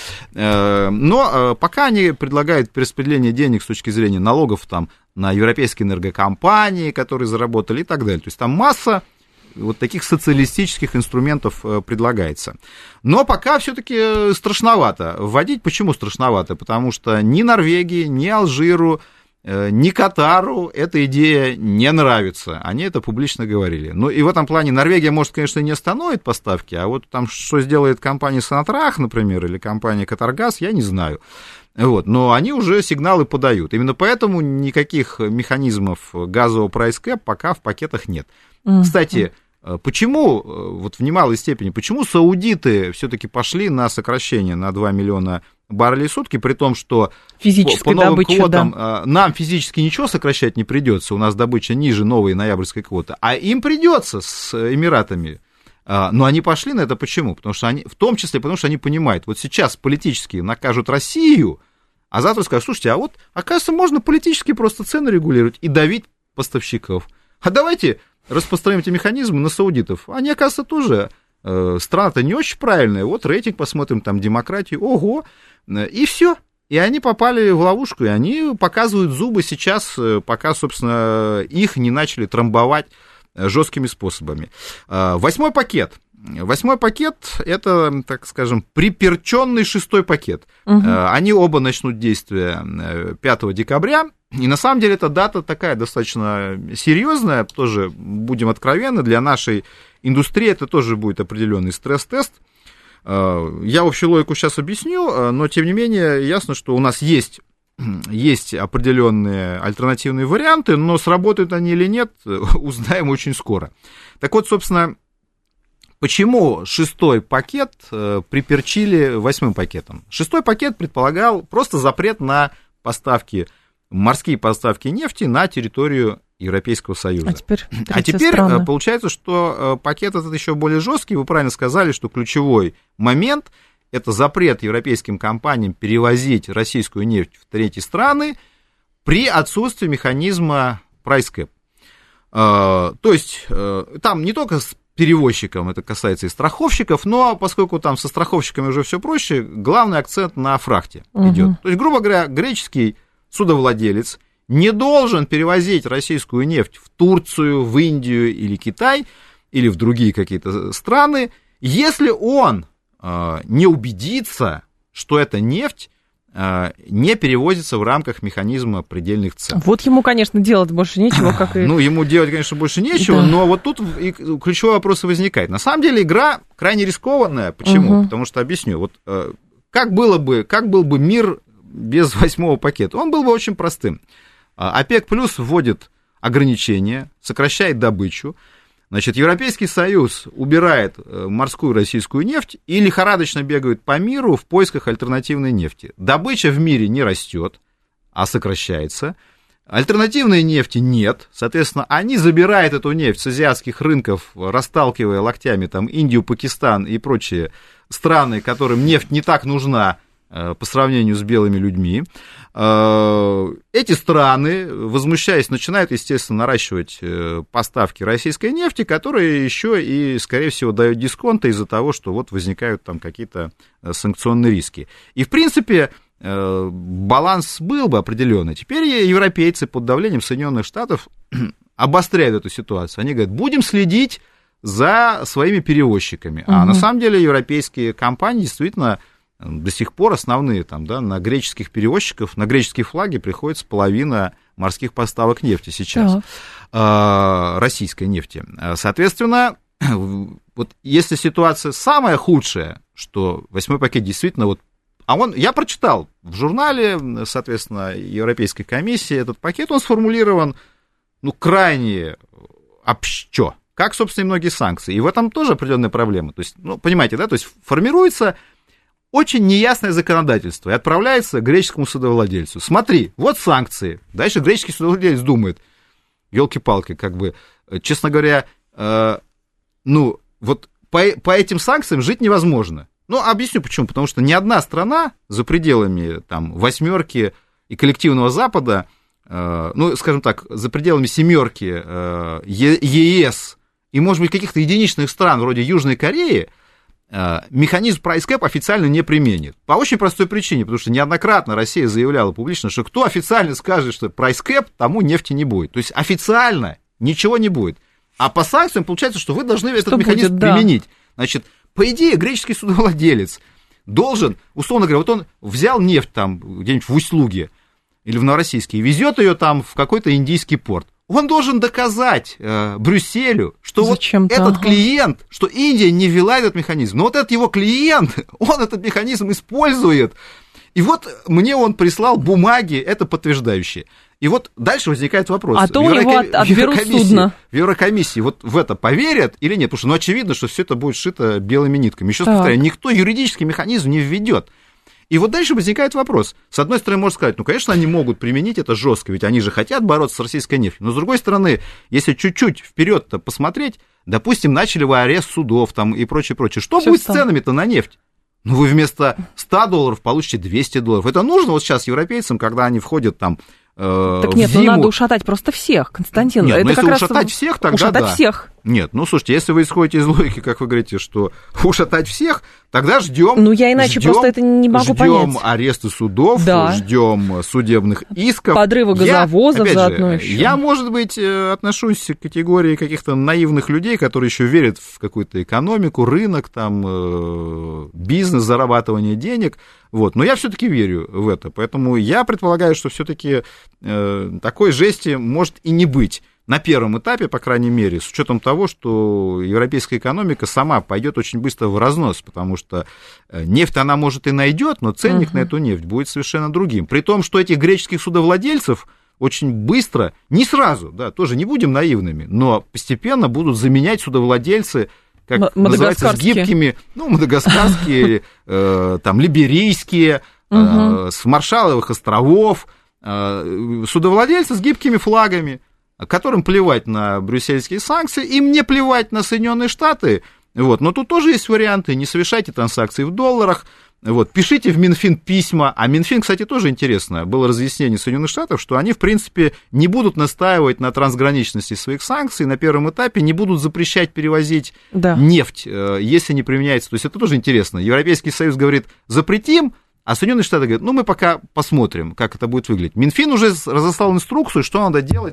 Но пока они предлагают перераспределение денег с точки зрения налогов там, на европейские энергокомпании, которые заработали и так далее. То есть там масса вот таких социалистических инструментов предлагается. Но пока все-таки страшновато вводить. Почему страшновато? Потому что ни Норвегии, ни Алжиру, ни Катару эта идея не нравится, они это публично говорили. Ну и в этом плане Норвегия, может, конечно, не остановит поставки, а вот там что сделает компания Сонатрах, например, или компания Катаргаз, я не знаю. Вот, но они уже сигналы подают. Именно поэтому никаких механизмов газового price cap пока в пакетах нет. Mm-hmm. Кстати, почему, вот в немалой степени, почему саудиты все-таки пошли на сокращение на два миллиона баррелей в сутки, при том, что физической по новым добычу, квотам да. нам физически ничего сокращать не придется, у нас добыча ниже новой ноябрьской квоты, а им придется с Эмиратами. Но они пошли на это почему? Потому что они, в том числе потому, что они понимают, вот сейчас политически накажут Россию, а завтра скажут, слушайте, а вот, оказывается, можно политически просто цены регулировать и давить поставщиков. А давайте распространим эти механизмы на саудитов. Они, оказывается, тоже э, страна-то не очень правильная. Вот рейтинг посмотрим, там демократию, ого, и все. И они попали в ловушку, и они показывают зубы сейчас, пока, собственно, их не начали трамбовать жесткими способами. Восьмой пакет. Восьмой пакет – это, так скажем, приперченный шестой пакет. Угу. Они оба начнут действие пятого декабря. И на самом деле эта дата такая достаточно серьезная, тоже будем откровенны, для нашей индустрии это тоже будет определенный стресс-тест. Я общую логику сейчас объясню, но тем не менее ясно, что у нас есть, есть определенные альтернативные варианты, но сработают они или нет, узнаем очень скоро. Так вот, собственно, почему шестой пакет приперчили восьмым пакетом? Шестой пакет предполагал просто запрет на поставки, морские поставки нефти на территорию Европейского Союза. А теперь, а теперь получается, что пакет этот еще более жесткий. Вы правильно сказали, что ключевой момент – это запрет европейским компаниям перевозить российскую нефть в третьи страны при отсутствии механизма price cap. То есть там не только с перевозчиком, это касается и страховщиков, но поскольку там со страховщиками уже все проще, главный акцент на фрахте угу. идет. То есть, грубо говоря, греческий судовладелец не должен перевозить российскую нефть в Турцию, в Индию или Китай, или в другие какие-то страны, если он э, не убедится, что эта нефть э, не перевозится в рамках механизма предельных цен. Вот ему, конечно, делать больше нечего, как и... Ну, ему делать, конечно, больше нечего, да. Но вот тут и ключевой вопрос и возникает. На самом деле игра крайне рискованная. Почему? Угу. Потому что, объясню, вот э, как было бы, как был бы мир без восьмого пакета? Он был бы очень простым. ОПЕК плюс вводит ограничения, сокращает добычу. Значит, Европейский Союз убирает морскую российскую нефть и лихорадочно бегает по миру в поисках альтернативной нефти. Добыча в мире не растет, а сокращается. Альтернативной нефти нет. Соответственно, они забирают эту нефть с азиатских рынков, расталкивая локтями там Индию, Пакистан и прочие страны, которым нефть не так нужна по сравнению с белыми людьми. Эти страны, возмущаясь, начинают, естественно, наращивать поставки российской нефти, которые еще и, скорее всего, дают дисконты из-за того, что вот возникают там какие-то санкционные риски. И, в принципе, баланс был бы определенный. Теперь европейцы под давлением Соединенных Штатов обостряют эту ситуацию. Они говорят, будем следить за своими перевозчиками. Угу. А на самом деле европейские компании действительно до сих пор основные там, да, на греческих перевозчиков, на греческие флаги приходится половина морских поставок нефти сейчас, да. э, российской нефти. Соответственно, вот если ситуация самая худшая, что восьмой пакет действительно вот, а он, я прочитал в журнале, соответственно, Европейской комиссии этот пакет, он сформулирован, ну, крайне общо, как, собственно, и многие санкции. И в этом тоже определенная проблема. То есть, ну, понимаете, да, то есть формируется очень неясное законодательство и отправляется к греческому судовладельцу. Смотри, вот санкции. Дальше греческий судовладелец думает, елки-палки, как бы, честно говоря, э, ну, вот по, по этим санкциям жить невозможно. Ну, объясню почему. Потому что ни одна страна за пределами там восьмерки и коллективного Запада, э, ну, скажем так, за пределами семерки э, ЕС и, может быть, каких-то единичных стран вроде Южной Кореи, механизм price cap официально не применит. По очень простой причине, потому что неоднократно Россия заявляла публично, что кто официально скажет, что price cap, тому нефти не будет. То есть официально ничего не будет. А по санкциям получается, что вы должны что этот будет, механизм да. применить. Значит, по идее, греческий судовладелец должен, условно говоря, вот он взял нефть там где-нибудь в Усть-Луге или в Новороссийске и везет ее там в какой-то индийский порт. Он должен доказать э, Брюсселю, что Зачем-то, вот этот ага. клиент, что Индия не ввела этот механизм, но вот этот его клиент, он этот механизм использует. И вот мне он прислал бумаги, это подтверждающие. И вот дальше возникает вопрос. А то у него от, отберут судно. В Еврокомиссии вот в это поверят или нет? Потому что ну, очевидно, что все это будет шито белыми нитками. Еще раз повторяю, никто юридический механизм не введет. И вот дальше возникает вопрос. С одной стороны, можно сказать, ну, конечно, они могут применить это жестко, ведь они же хотят бороться с российской нефтью. Но, с другой стороны, если чуть-чуть вперед-то посмотреть, допустим, начали вы арест судов там и прочее, прочее. Что Все будет стало. С ценами-то на нефть? Ну, вы вместо ста долларов получите двести долларов. Это нужно вот сейчас европейцам, когда они входят там э, так нет, в зиму? Ну надо ушатать просто всех, Константин. Нет, это ну, если как ушатать раз... всех, тогда ушатать да. всех. Нет, ну, слушайте, если вы исходите из логики, как вы говорите, что ушатать всех, тогда ждем... Ну, я иначе ждем, просто это не могу понять. Ждем аресты судов, да. ждем судебных исков. Подрывы газовозов я, заодно же, еще. Я, может быть, отношусь к категории каких-то наивных людей, которые еще верят в какую-то экономику, рынок, там, бизнес, зарабатывание денег. Вот. Но я все-таки верю в это. Поэтому я предполагаю, что все-таки такой жести может и не быть. На первом этапе, по крайней мере, с учетом того, что европейская экономика сама пойдет очень быстро в разнос, потому что нефть она, может, и найдет, но ценник uh-huh. на эту нефть будет совершенно другим. При том, что этих греческих судовладельцев очень быстро, не сразу, да, тоже не будем наивными, но постепенно будут заменять судовладельцы, как называется, с гибкими, ну, мадагаскарские, э, там, либерийские, uh-huh. э, с Маршалловых островов, э, судовладельцы с гибкими флагами, которым плевать на брюссельские санкции, им не плевать на Соединенные Штаты, вот, но тут тоже есть варианты, не совершайте транзакции в долларах, вот, пишите в Минфин письма, а Минфин, кстати, тоже интересно, было разъяснение Соединенных Штатов, что они, в принципе, не будут настаивать на трансграничности своих санкций, на первом этапе не будут запрещать перевозить да. нефть, если не применяется, то есть это тоже интересно, Европейский Союз говорит, запретим, а Соединенные Штаты говорят, ну, мы пока посмотрим, как это будет выглядеть. Минфин уже разослал инструкцию, что надо делать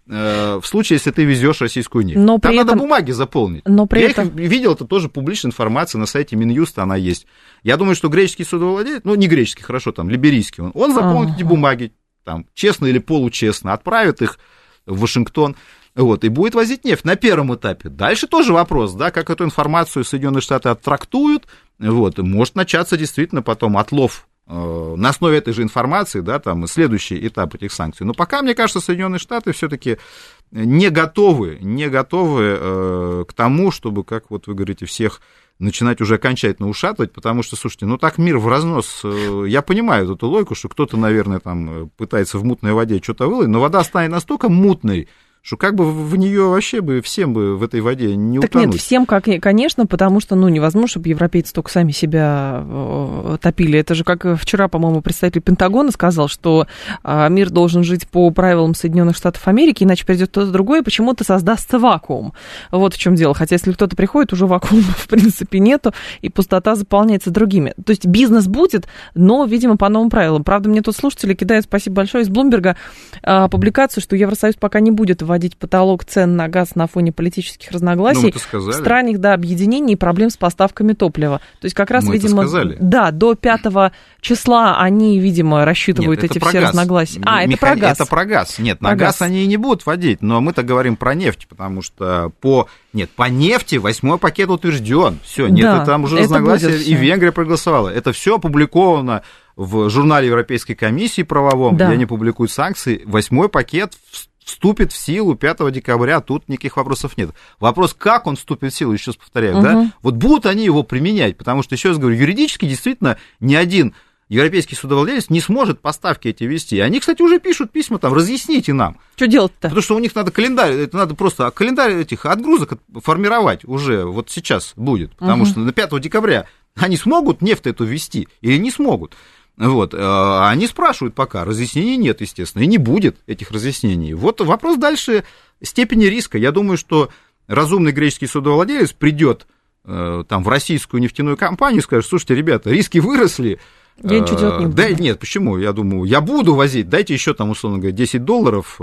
в случае, если ты везешь российскую нефть. Но там надо этом... бумаги заполнить. Но при Я этом... их видел, это тоже публичная информация, на сайте Минюста она есть. Я думаю, что греческий судовладелец, ну, не греческий, хорошо, там, либерийский, он, он заполнит А-а-а. эти бумаги, там, честно или получестно, отправит их в Вашингтон, вот, и будет возить нефть на первом этапе. Дальше тоже вопрос, да, как эту информацию Соединенные Штаты оттрактуют, вот, может начаться действительно потом отлов на основе этой же информации, да, там, следующий этап этих санкций. Но пока, мне кажется, Соединенные Штаты все-таки не готовы, не готовы э, к тому, чтобы, как вот вы говорите, всех начинать уже окончательно ушатывать, потому что, слушайте, ну так мир в разнос. Я понимаю эту логику, что кто-то, наверное, там пытается в мутной воде что-то вылить, но вода станет настолько мутной, что как бы в нее вообще бы всем бы в этой воде не так утонуть. Нет, всем, как, конечно, потому что, ну, невозможно, чтобы европейцы только сами себя топили. Это же, как вчера, по-моему, представитель Пентагона сказал, что мир должен жить по правилам Соединенных Штатов Америки, иначе придет кто-то другой, и почему-то создастся вакуум. Вот в чем дело. Хотя, если кто-то приходит, уже вакуума, в принципе, нету, и пустота заполняется другими. То есть бизнес будет, но, видимо, по новым правилам. Правда, мне тут слушатели кидают, спасибо большое, из Блумберга публикацию, что Евросоюз пока не будет вводить потолок цен на газ на фоне политических разногласий в странах до объединения и проблем с поставками топлива. То есть как раз, мы видимо, да, до пятого числа они, видимо, рассчитывают Нет, эти все газ. разногласия. А, Миха... это про газ. Это про газ. Нет, про на газ. газ они и не будут вводить, но мы-то говорим про нефть, потому что по... Нет, по нефти восьмой пакет утвержден. Все, нет, да, там уже разногласия, и Венгрия проголосовала. Это все опубликовано в журнале Европейской комиссии правовом, да. где они публикуют санкции. Восьмой пакет вступит в силу пятого декабря, тут никаких вопросов нет. Вопрос, как он вступит в силу, еще раз повторяю, угу. да? Вот будут они его применять, потому что, еще раз говорю, юридически действительно ни один европейский судовладелец не сможет поставки эти вести. Они, кстати, уже пишут письма там, разъясните нам. Что делать-то? Потому что у них надо календарь, это надо просто календарь этих отгрузок формировать уже вот сейчас будет, потому угу. что на пятого декабря они смогут нефть эту ввести или не смогут. Вот, они спрашивают пока, разъяснений нет, естественно, и не будет этих разъяснений. Вот вопрос дальше степени риска. Я думаю, что разумный греческий судовладелец придет там в российскую нефтяную компанию и скажет, слушайте, ребята, риски выросли. Я ничего делать не буду. Да, нет, почему? Я думаю, я буду возить, дайте еще там, условно говоря, десять долларов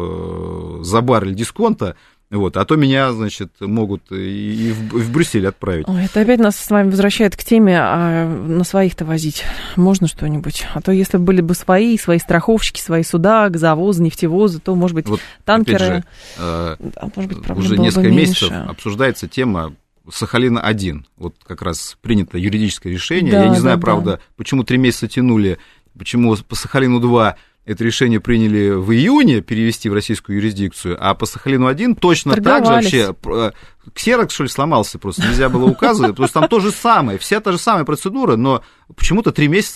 за баррель дисконта. Вот, а то меня, значит, могут и в, в Брюссель отправить. Ой, это опять нас с вами возвращает к теме, а на своих-то возить можно что-нибудь? А то если были бы свои, свои страховщики, свои суда, газовозы, нефтевозы, то, может быть, вот, танкеры... Же, да, может быть, уже несколько месяцев обсуждается тема Сахалина один. Вот как раз принято юридическое решение. Да, Я не знаю, да, правда, да. почему три месяца тянули, почему по Сахалину два... Это решение приняли в июне перевести в российскую юрисдикцию, а по Сахалину один точно так же вообще. Ксерокс, что ли, сломался просто, нельзя было указывать, потому что там то же самое, вся та же самая процедура, но почему-то три месяца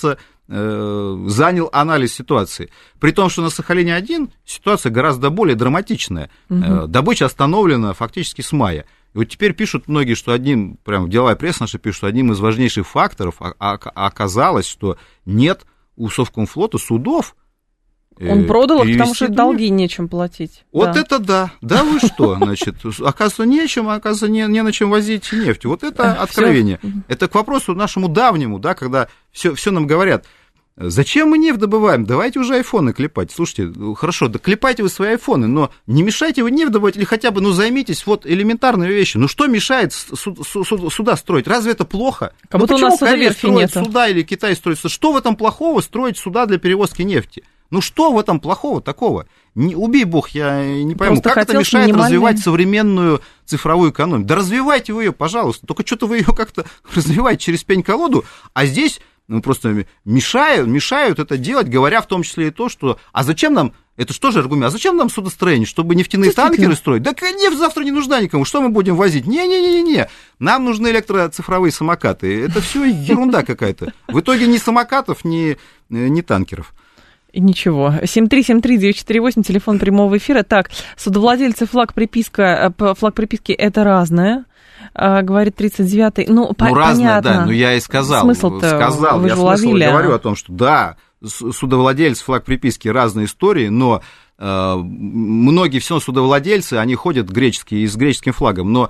занял анализ ситуации. При том, что на Сахалине-один ситуация гораздо более драматичная. Угу. Добыча остановлена фактически с мая. И вот теперь пишут многие, что одним, прям деловая пресса наша пишет, что одним из важнейших факторов оказалось, что нет у Совкомфлота судов. Он продал их, потому что долги нечем платить. Вот да. это да. Да вы что, значит, оказывается, нечем, оказывается, не, не на чем возить нефть. Вот это откровение. Всё. Это к вопросу нашему давнему, да, когда все, все нам говорят, зачем мы нефть добываем? Давайте уже айфоны клепать. Слушайте, хорошо, да клепайте вы свои айфоны, но не мешайте вы нефть добывать, или хотя бы, ну, займитесь вот элементарными вещами. Ну, что мешает суд, суд, суда строить? Разве это плохо? Как будто ну, у нас Корея строит нету. Суда или Китай строит суда? Что в этом плохого строить суда для перевозки нефти? Ну, что в этом плохого такого? Не, убей бог, я не пойму. Просто как это мешает минимальный... развивать современную цифровую экономику? Да развивайте вы ее, пожалуйста. Только что-то вы ее как-то развиваете через пень-колоду, а здесь ну, просто мешают, мешают это делать, говоря в том числе и то, что... А зачем нам... Это что же аргумент? А зачем нам судостроение? Чтобы нефтяные танкеры строить? Да нефть завтра не нужна никому. Что мы будем возить? Не-не-не-не. Нам нужны электроцифровые самокаты. Это все ерунда какая-то. В итоге ни самокатов, ни, ни танкеров. Ничего. семь три семь три девять четыре восемь, телефон прямого эфира. Так, судовладельцы, флаг приписка, флаг приписки это разное, говорит тридцать девятый. Ну, ну по- разное, понятно. да, но я и сказал. Смысл-то сказал, вы я же смысл уловили, говорю а? о том, что да, судовладельцы, флаг приписки разные истории, но э, многие все равно судовладельцы, они ходят греческие, и с греческим флагом, но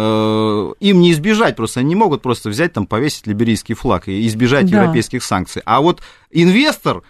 э, им не избежать просто, они не могут просто взять там, повесить либерийский флаг и избежать да. европейских санкций. А вот инвестор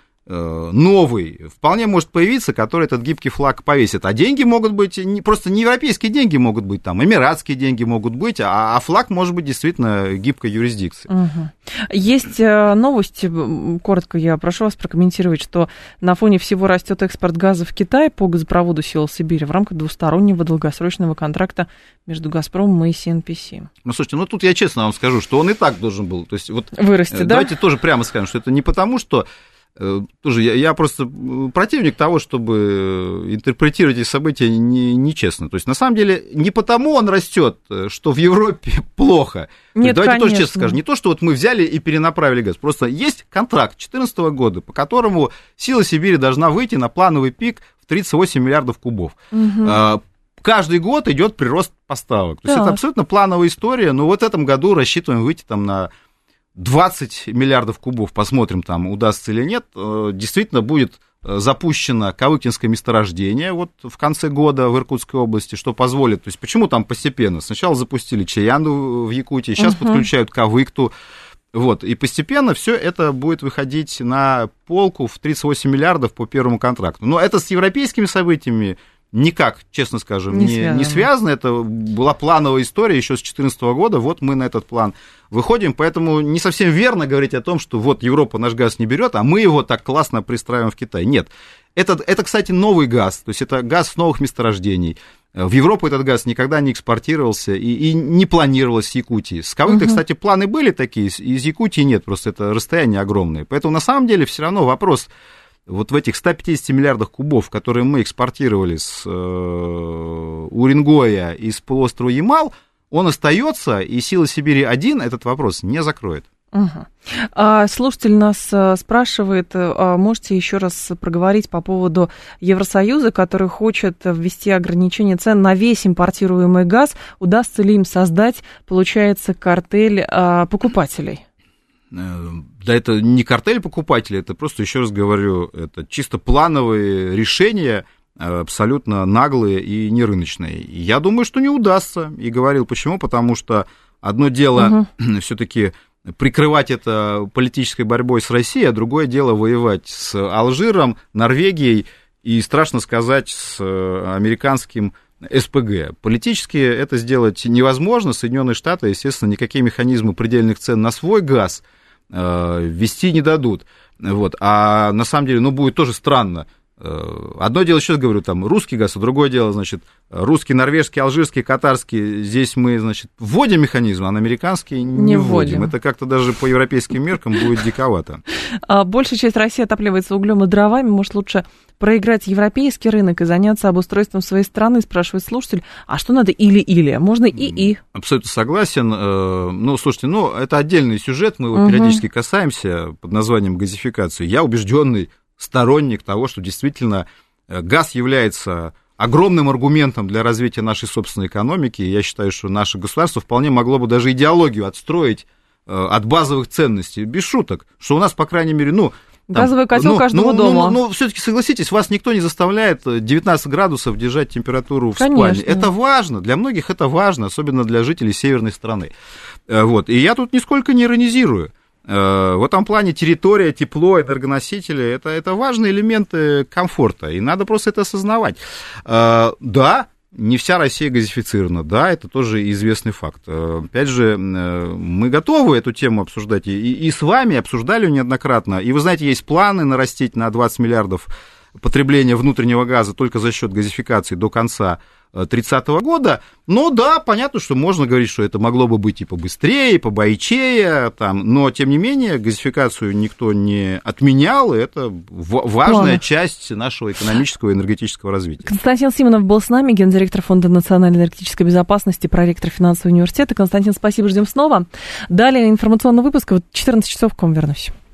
новый вполне может появиться, который этот гибкий флаг повесит. А деньги могут быть, не, просто не европейские деньги могут быть, там, эмиратские деньги могут быть, а, а флаг может быть действительно гибкой юрисдикции. Угу. Есть новость, коротко я прошу вас прокомментировать, что на фоне всего растет экспорт газа в Китай по газопроводу Сеул-Сибирь в рамках двустороннего долгосрочного контракта между «Газпромом» и си эн пи си. Ну, слушайте, ну тут я честно вам скажу, что он и так должен был. То есть, вот, вырасти, да? Давайте тоже прямо скажем, что это не потому, что Тоже я, я просто противник того, чтобы интерпретировать эти события не, нечестно. То есть, на самом деле, не потому он растет, что в Европе плохо. Нет, давайте конечно. тоже честно скажем, не то, что вот мы взяли и перенаправили газ. Просто есть контракт две тысячи четырнадцатого года, по которому сила Сибири должна выйти на плановый пик в тридцать восемь миллиардов кубов. Угу. Каждый год идет прирост поставок. То есть, да. это абсолютно плановая история, но вот в этом году рассчитываем выйти там на двадцать миллиардов кубов, посмотрим, там удастся или нет, действительно будет запущено Кавыкинское месторождение вот в конце года в Иркутской области, что позволит, то есть почему там постепенно? Сначала запустили Чаянду в Якутии, сейчас uh-huh. подключают Кавыкту, вот, и постепенно все это будет выходить на полку в тридцать восемь миллиардов по первому контракту. Но это с европейскими событиями никак, честно скажем, не, не, связано. не связано. Это была плановая история еще с две тысячи четырнадцатого года. Вот мы на этот план выходим. Поэтому не совсем верно говорить о том, что вот Европа наш газ не берет, а мы его так классно пристраиваем в Китай. Нет. Это, это, кстати, новый газ. То есть это газ с новых месторождений. В Европу этот газ никогда не экспортировался и, и не планировалось с Якутии. С Кавыкта, угу. кстати, планы были такие, из Якутии нет. Просто это расстояние огромное. Поэтому на самом деле все равно вопрос... Вот в этих ста пятидесяти миллиардах кубов, которые мы экспортировали с э, Уренгоя и с полуострова Ямал, он остается, и сила Сибири один этот вопрос не закроет. Угу. А, слушатель нас а, спрашивает, а, можете еще раз проговорить по поводу Евросоюза, который хочет ввести ограничение цен на весь импортируемый газ. Удастся ли им создать, получается, картель а, покупателей? Да, это не картель покупателей, это просто, еще раз говорю, это чисто плановые решения, абсолютно наглые и нерыночные. Я думаю, что не удастся. И говорил, почему? Потому что одно дело угу. все-таки прикрывать это политической борьбой с Россией, а другое дело воевать с Алжиром, Норвегией и, страшно сказать, с американским эс пэ гэ. Политически это сделать невозможно. Соединенные Штаты, естественно, никакие механизмы предельных цен на свой газ ввести не дадут. Вот. А на самом деле, ну, будет тоже странно. Одно дело, сейчас говорю, там, русский газ, а другое дело, значит, русский, норвежский, алжирский, катарский, здесь мы, значит, вводим механизм, а на американский не, не вводим. вводим. Это как-то даже по европейским меркам будет диковато. Большая часть России отапливается углем и дровами, может, лучше проиграть европейский рынок и заняться обустройством своей страны, спрашивает слушатель. А что надо или-или? Можно и-и. Абсолютно согласен. Ну, слушайте, ну, это отдельный сюжет, мы его угу. периодически касаемся под названием газификации. Я убежденный сторонник того, что действительно газ является огромным аргументом для развития нашей собственной экономики. И я считаю, что наше государство вполне могло бы даже идеологию отстроить от базовых ценностей, без шуток, что у нас, по крайней мере, ну... Там, газовый котел ну, каждого ну, дома. Ну, ну, ну все-таки согласитесь, вас никто не заставляет девятнадцать градусов держать температуру в Конечно. спальне. Это важно, для многих это важно, особенно для жителей северной страны. Вот. И я тут нисколько не иронизирую. В этом плане территория, тепло, энергоносители это, это важные элементы комфорта, и надо просто это осознавать. Да, не вся Россия газифицирована, да, это тоже известный факт. Опять же, мы готовы эту тему обсуждать, и, и с вами обсуждали неоднократно, и вы знаете, есть планы нарастить на двадцать миллиардов потребления внутреннего газа только за счет газификации до конца тридцатого года. Ну да, понятно, что можно говорить, что это могло бы быть и побыстрее, и побойчее, там, но, тем не менее, газификацию никто не отменял, и это важная Ладно. часть нашего экономического и энергетического развития. Константин Симонов был с нами, гендиректор Фонда национальной энергетической безопасности, проректор финансового университета. Константин, спасибо, ждем снова. Далее информационный выпуск, вот четырнадцать часов к вам вернусь.